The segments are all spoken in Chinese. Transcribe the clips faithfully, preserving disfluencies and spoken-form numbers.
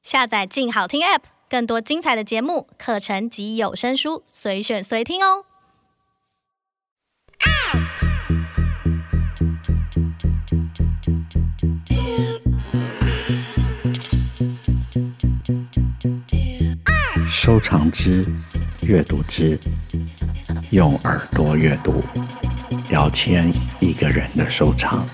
下载静好听 App， 更多精彩的节目、课程及有声书，随选随听哦。 收藏之，阅读之，用耳朵阅读，姚谦一个人的收藏。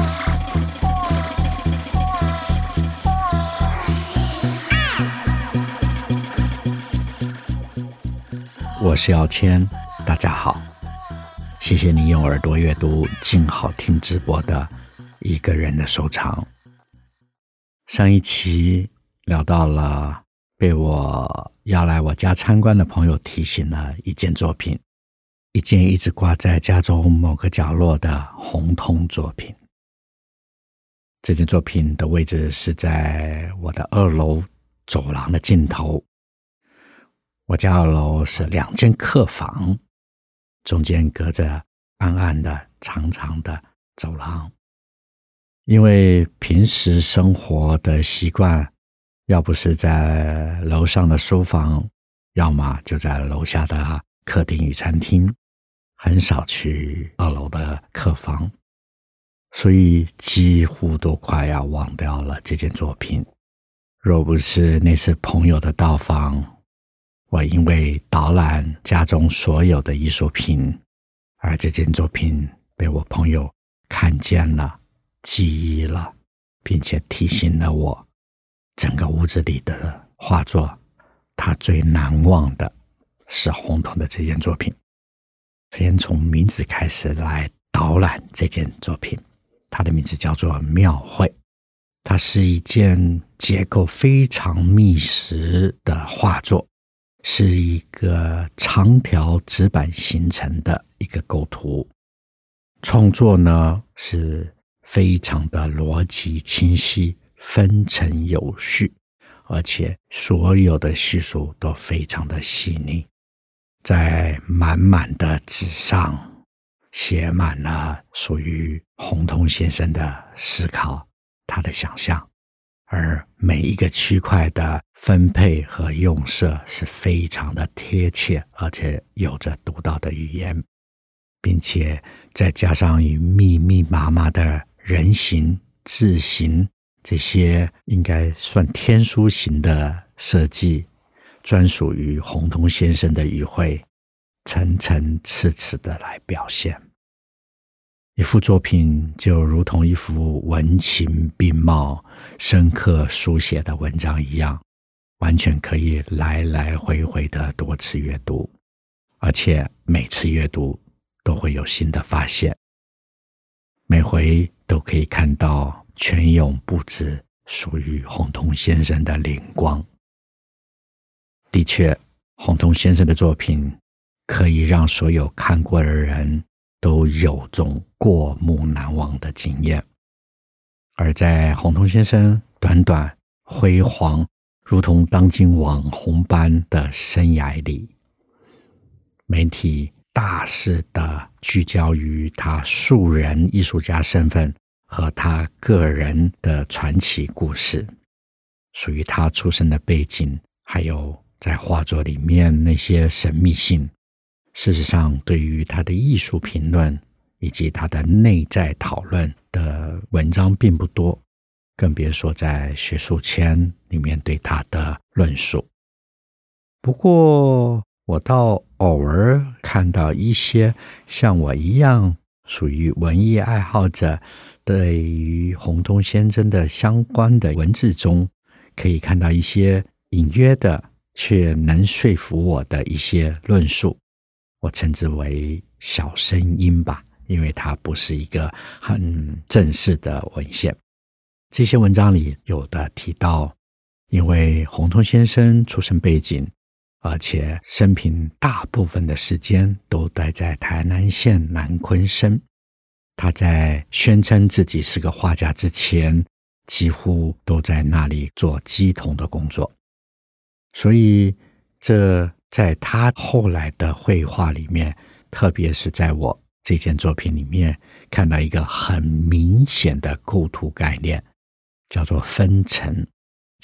我是姚谦，大家好，谢谢你用耳朵阅读静好听直播的一个人的收藏。上一期聊到了被我要来我家参观的朋友提醒了一件作品，一件一直挂在家中某个角落的红铜作品。这件作品的位置是在我的二楼走廊的尽头。我家二楼是两间客房，中间隔着暗暗的长长的走廊。因为平时生活的习惯，要不是在楼上的书房，要么就在楼下的客厅与餐厅，很少去二楼的客房，所以几乎都快要忘掉了这件作品。若不是那次朋友的到访，我因为导览家中所有的艺术品，而这件作品被我朋友看见了、记忆了，并且提醒了我，整个屋子里的画作，他最难忘的是红铜的这件作品。先从名字开始来导览这件作品，它的名字叫做庙会。它是一件结构非常密实的画作，是一个长条纸板形成的一个构图。创作呢是非常的逻辑清晰，分层有序，而且所有的叙述都非常的细腻。在满满的纸上写满了属于洪桐先生的思考，他的想象，而每一个区块的分配和用色是非常的贴切，而且有着独到的语言，并且再加上以密密麻麻的人形、字形，这些应该算天书型的设计，专属于洪桐先生的语汇，层层次次的来表现。一幅作品就如同一幅文情并茂、深刻书写的文章一样，完全可以来来回回的多次阅读，而且每次阅读都会有新的发现，每回都可以看到泉涌不止属于洪桐先生的灵光。的确，洪桐先生的作品可以让所有看过的人都有种过目难忘的经验。而在洪桐先生短短辉煌如同当今网红般的生涯里，媒体大肆的聚焦于他素人艺术家身份和他个人的传奇故事，属于他出生的背景，还有在画作里面那些神秘性，事实上对于他的艺术评论以及他的内在讨论的文章并不多，更别说在学术圈里面对他的论述。不过我倒偶尔看到一些像我一样属于文艺爱好者，对于洪桐先生的相关的文字中，可以看到一些隐约的却能说服我的一些论述，我称之为小声音吧，因为它不是一个很正式的文献。这些文章里有的提到，因为洪桐先生出身背景，而且生平大部分的时间都待在台南县南鯤鯓，他在宣称自己是个画家之前，几乎都在那里做鸡童的工作。所以这在他后来的绘画里面，特别是在我这件作品里面，看到一个很明显的构图概念，叫做分层，就是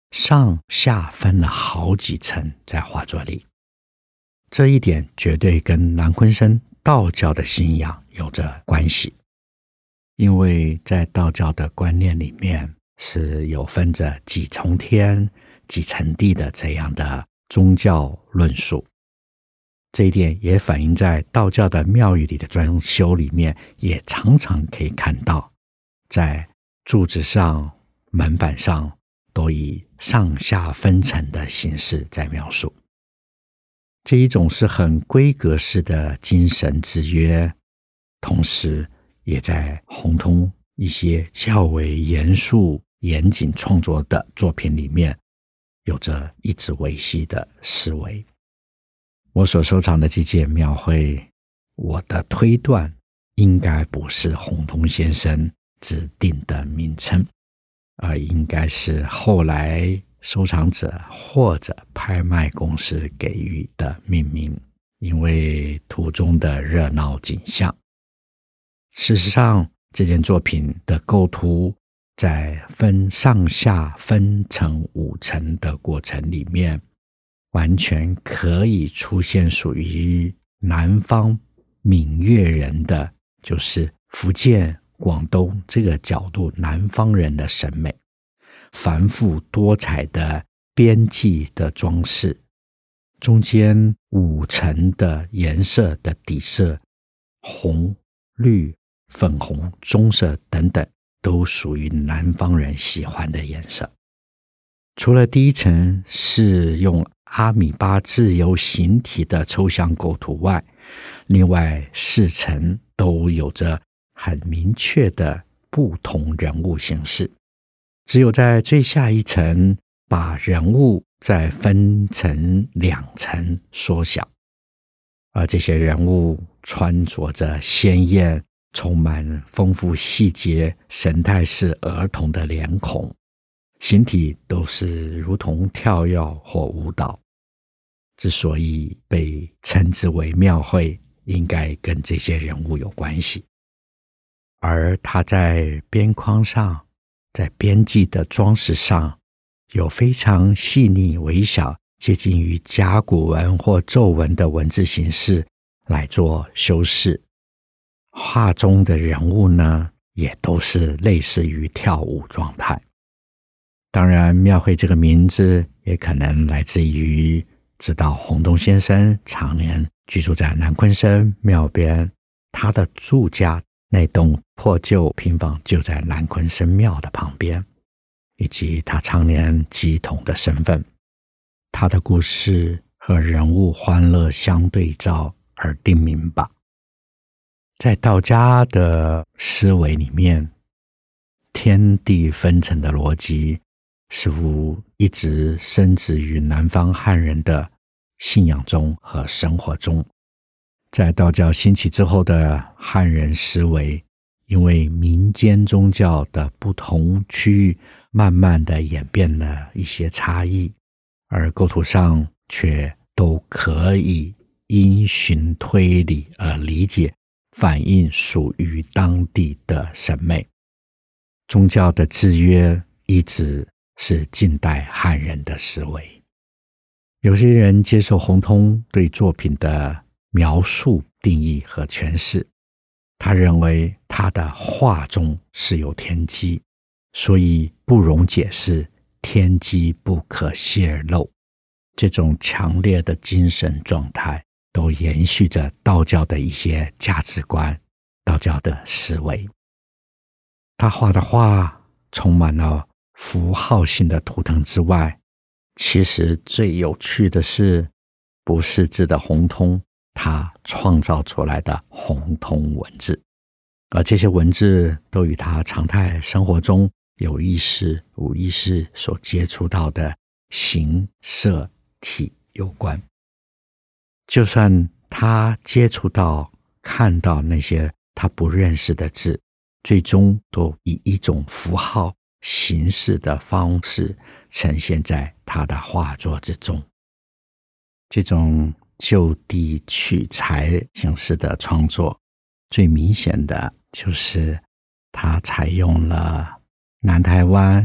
上下分了好几层在画作里。这一点绝对跟南昆生道教的信仰有着关系，因为在道教的观念里面是有分着几重天、几层地的这样的宗教论述。这一点也反映在道教的庙宇里的装修里面，也常常可以看到，在柱子上、门板上都以上下分层的形式在描述。这一种是很规格式的精神制约，同时也在洪通一些较为严肃严谨创作的作品里面有着一直维系的思维。我所收藏的这件庙会，我的推断应该不是洪通先生指定的名称，而应该是后来收藏者或者拍卖公司给予的命名，因为图中的热闹景象。事实上，这件作品的构图在分上下分成五层的过程里面，完全可以出现属于南方闽粤人的，就是福建、广东这个角度南方人的审美，繁复多彩的边际的装饰，中间五层的颜色的底色，红、绿、粉红、棕色等等，都属于南方人喜欢的颜色。除了第一层是用阿米巴自由形体的抽象构图外，另外四层都有着很明确的不同人物形式。只有在最下一层把人物再分成两层缩小，而这些人物穿着着鲜艳、充满丰富细节、神态是儿童的脸孔，形体都是如同跳跃或舞蹈。之所以被称之为庙会，应该跟这些人物有关系。而它在边框上，在边际的装饰上，有非常细腻微小、接近于甲骨文或咒文的文字形式来做修饰。画中的人物呢，也都是类似于跳舞状态。当然，庙会这个名字也可能来自于知道洪东先生常年居住在南昆生庙边，他的住家那栋破旧平房就在南昆生庙的旁边，以及他常年乩童的身份，他的故事和人物欢乐相对照而定名吧。在道家的思维里面，天地分层的逻辑似乎一直深植于南方汉人的信仰中和生活中。在道教兴起之后的汉人思维，因为民间宗教的不同区域慢慢的演变了一些差异，而构图上却都可以因循推理而理解，反映属于当地的审美。宗教的制约一直是近代汉人的思维。有些人接受洪通对作品的描述、定义和诠释，他认为他的画中是有天机，所以不容解释，天机不可泄露。这种强烈的精神状态都延续着道教的一些价值观、道教的思维。他画的画充满了符号性的图腾之外，其实最有趣的是不识字的洪通他创造出来的洪通文字，而这些文字都与他常态生活中有意识无意识所接触到的形色体有关。就算他接触到看到那些他不认识的字，最终都以一种符号形式的方式呈现在他的画作之中。这种就地取材形式的创作，最明显的就是他采用了南台湾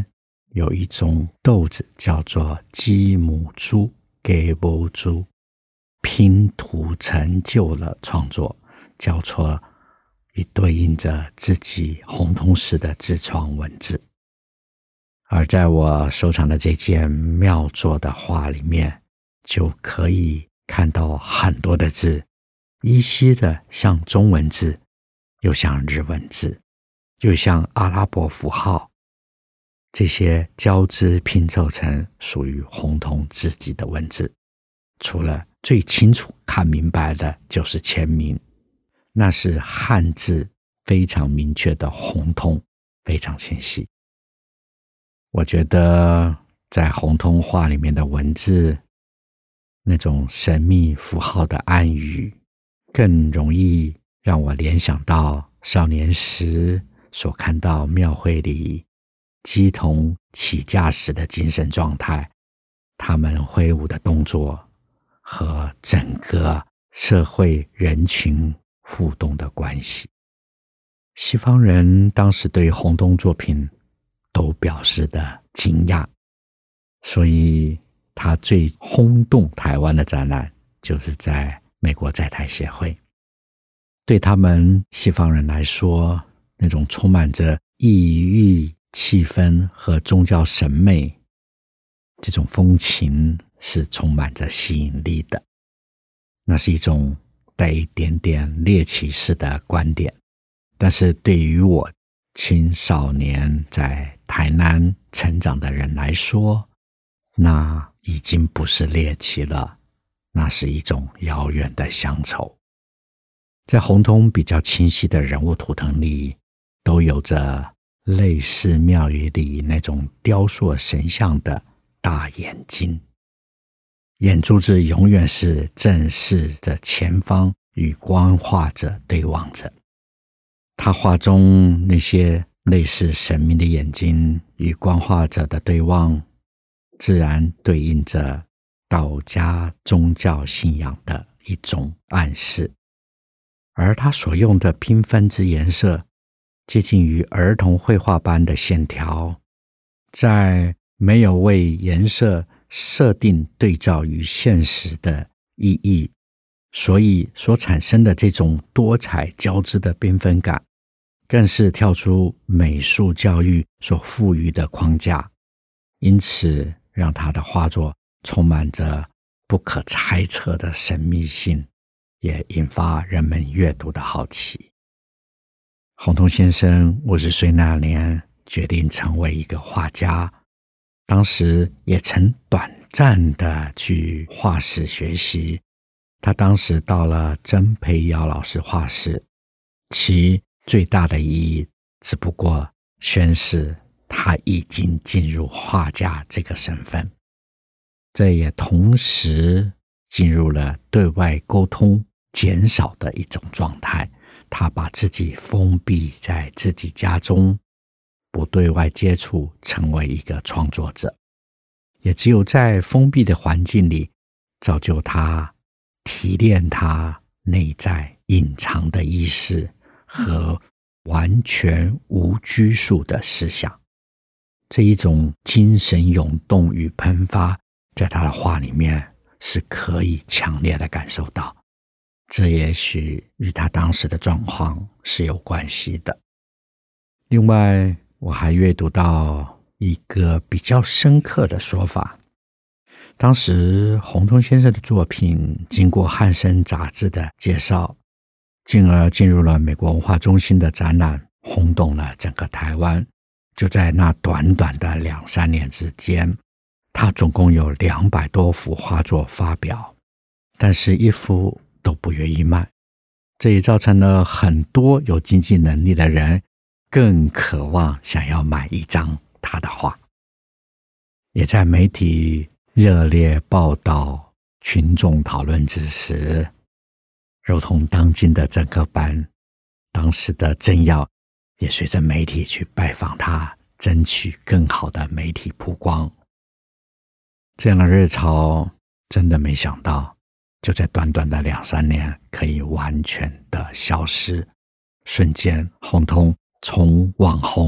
有一种豆子叫做鸡母猪、给母猪，拼图成就了创作，交错以对应着自己红通式的自创文字。而在我收藏的这件妙作的画里面，就可以看到很多的字，依稀的像中文字，又像日文字，又像阿拉伯符号，这些交织拼凑成属于红通自己的文字。除了最清楚看明白的就是签名，那是汉字非常明确的红通，非常清晰。我觉得在红通画里面的文字，那种神秘符号的暗语，更容易让我联想到少年时所看到庙会里乩童起驾时的精神状态，他们挥舞的动作和整个社会人群互动的关系。西方人当时对红通作品都表示的惊讶，所以他最轰动台湾的展览就是在美国在台协会。对他们西方人来说，那种充满着异域气氛和宗教审美，这种风情是充满着吸引力的。那是一种带一点点猎奇式的观点，但是对于我青少年在台南成长的人来说，那已经不是猎奇了，那是一种遥远的乡愁。在红通比较清晰的人物图腾里，都有着类似庙宇里那种雕塑神像的大眼睛，眼珠子永远是正视着前方，与观画者对望着。他画中那些类似神明的眼睛与观画者的对望，自然对应着道家宗教信仰的一种暗示。而他所用的缤纷之颜色，接近于儿童绘画般的线条，在没有为颜色设定对照与现实的意义，所以所产生的这种多彩交织的缤纷感，更是跳出美术教育所赋予的框架，因此让他的画作充满着不可猜测的神秘性，也引发人们阅读的好奇。红通先生五十岁那年决定成为一个画家，当时也曾短暂的去画室学习。他当时到了曾培尧老师画室，其最大的意义只不过宣示他已经进入画家这个身份，这也同时进入了对外沟通减少的一种状态。他把自己封闭在自己家中，不对外接触，成为一个创作者。也只有在封闭的环境里，造就他提炼他内在隐藏的意识和完全无拘束的思想。这一种精神涌动与喷发，在他的画里面是可以强烈的感受到。这也许与他当时的状况是有关系的。另外，我还阅读到一个比较深刻的说法。当时红通先生的作品经过汉生杂志的介绍，进而进入了美国文化中心的展览，轰动了整个台湾。就在那短短的两三年之间，他总共有两百多幅画作发表，但是一幅都不愿意卖。这也造成了很多有经济能力的人更渴望想要买一张他的画。也在媒体热烈报道、群众讨论之时，如同当今的整个班，当时的政要也随着媒体去拜访他，争取更好的媒体曝光。这样的热潮真的没想到，就在短短的两三年可以完全的消失，瞬间红通从网红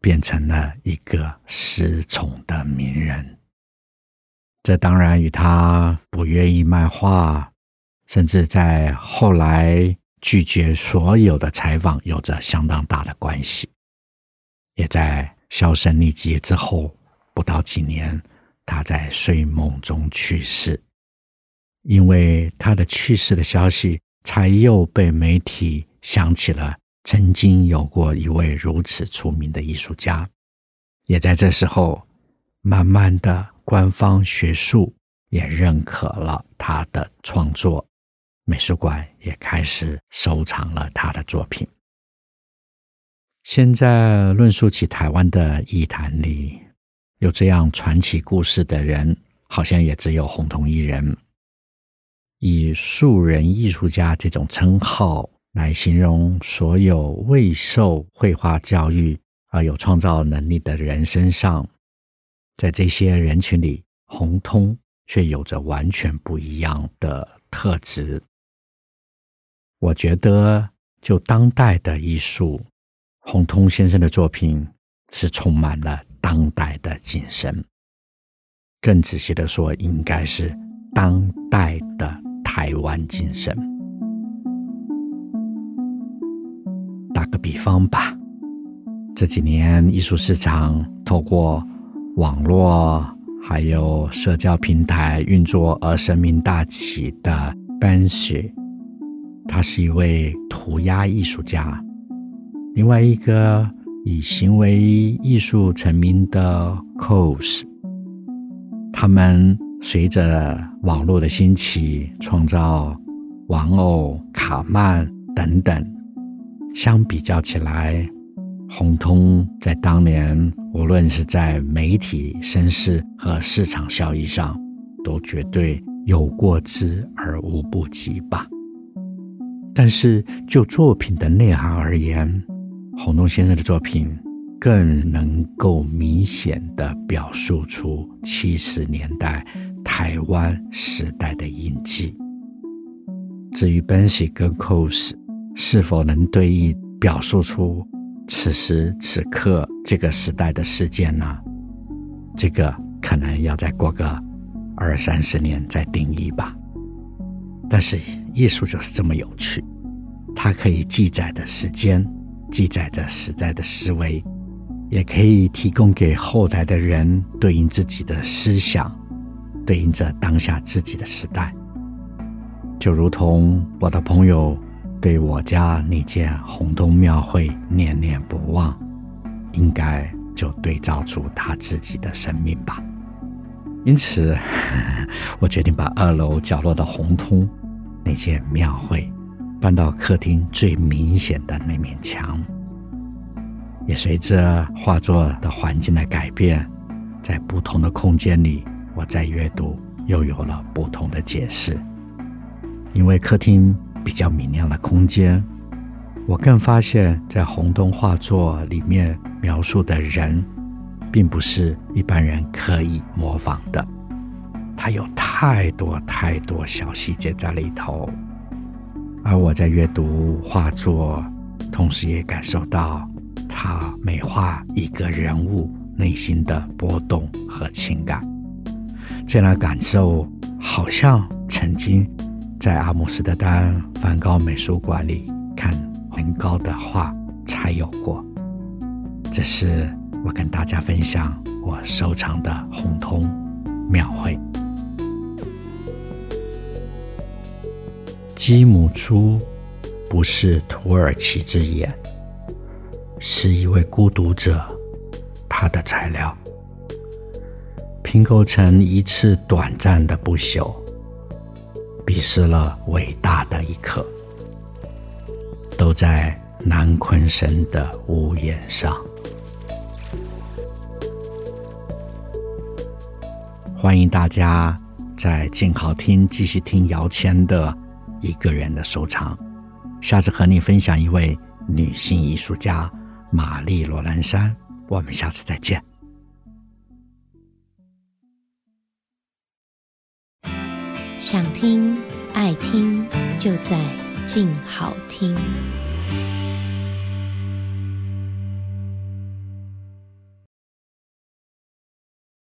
变成了一个失宠的名人。这当然与他不愿意卖画，甚至在后来拒绝所有的采访有着相当大的关系。也在销声匿迹之后不到几年，他在睡梦中去世。因为他的去世的消息，才又被媒体想起了曾经有过一位如此出名的艺术家。也在这时候，慢慢的官方学术也认可了他的创作，美术馆也开始收藏了他的作品。现在论述起台湾的艺坛里，有这样传奇故事的人，好像也只有洪通一人。以素人艺术家这种称号来形容所有未受绘画教育而有创造能力的人身上，在这些人群里，洪通却有着完全不一样的特质。我觉得就当代的艺术，洪通先生的作品是充满了当代的精神，更仔细的说，应该是当代的台湾精神。打个比方吧，这几年艺术市场透过网络还有社交平台运作而声名大起的 Banksy， 他是一位涂鸦艺术家。另外一个以行为艺术成名的 Coase， 他们随着网络的兴起，创造玩偶、卡漫等等。相比较起来，洪通在当年无论是在媒体声势和市场效益上，都绝对有过之而无不及吧。但是就作品的内涵而言，洪通先生的作品更能够明显地表述出七十年代台湾时代的印记。至于 Banksy 跟 Coase 是否能对应表述出此时此刻这个时代的事件呢？这个可能要再过个二三十年再定义吧。但是艺术就是这么有趣，它可以记载的时间，记载着时代的思维，也可以提供给后来的人对应自己的思想，对应着当下自己的时代。就如同我的朋友对我家那间洪通庙会念念不忘，应该就对照出他自己的生命吧。因此我决定把二楼角落的洪通那间庙会搬到客厅最明显的那面墙。也随着画作的环境的改变，在不同的空间里，我在阅读又有了不同的解释。因为客厅比较明亮的空间，我更发现在洪通画作里面描述的人并不是一般人可以模仿的，他有太多太多小细节在里头。而我在阅读画作，同时也感受到他美化一个人物内心的波动和情感。这样的感受好像曾经在阿姆斯特丹梵高美术馆里看梵高的画才有过。这是我跟大家分享我收藏的洪通庙会。基姆珠不是土耳其之眼，是一位孤独者，他的材料拼构成一次短暂的不朽，鄙视了伟大的一刻，都在南昆生的屋檐上。欢迎大家在静好听继续听姚谦的一个人的收藏。下次和你分享一位女性艺术家玛丽罗兰珊，我们下次再见。 想听爱听就在静好听。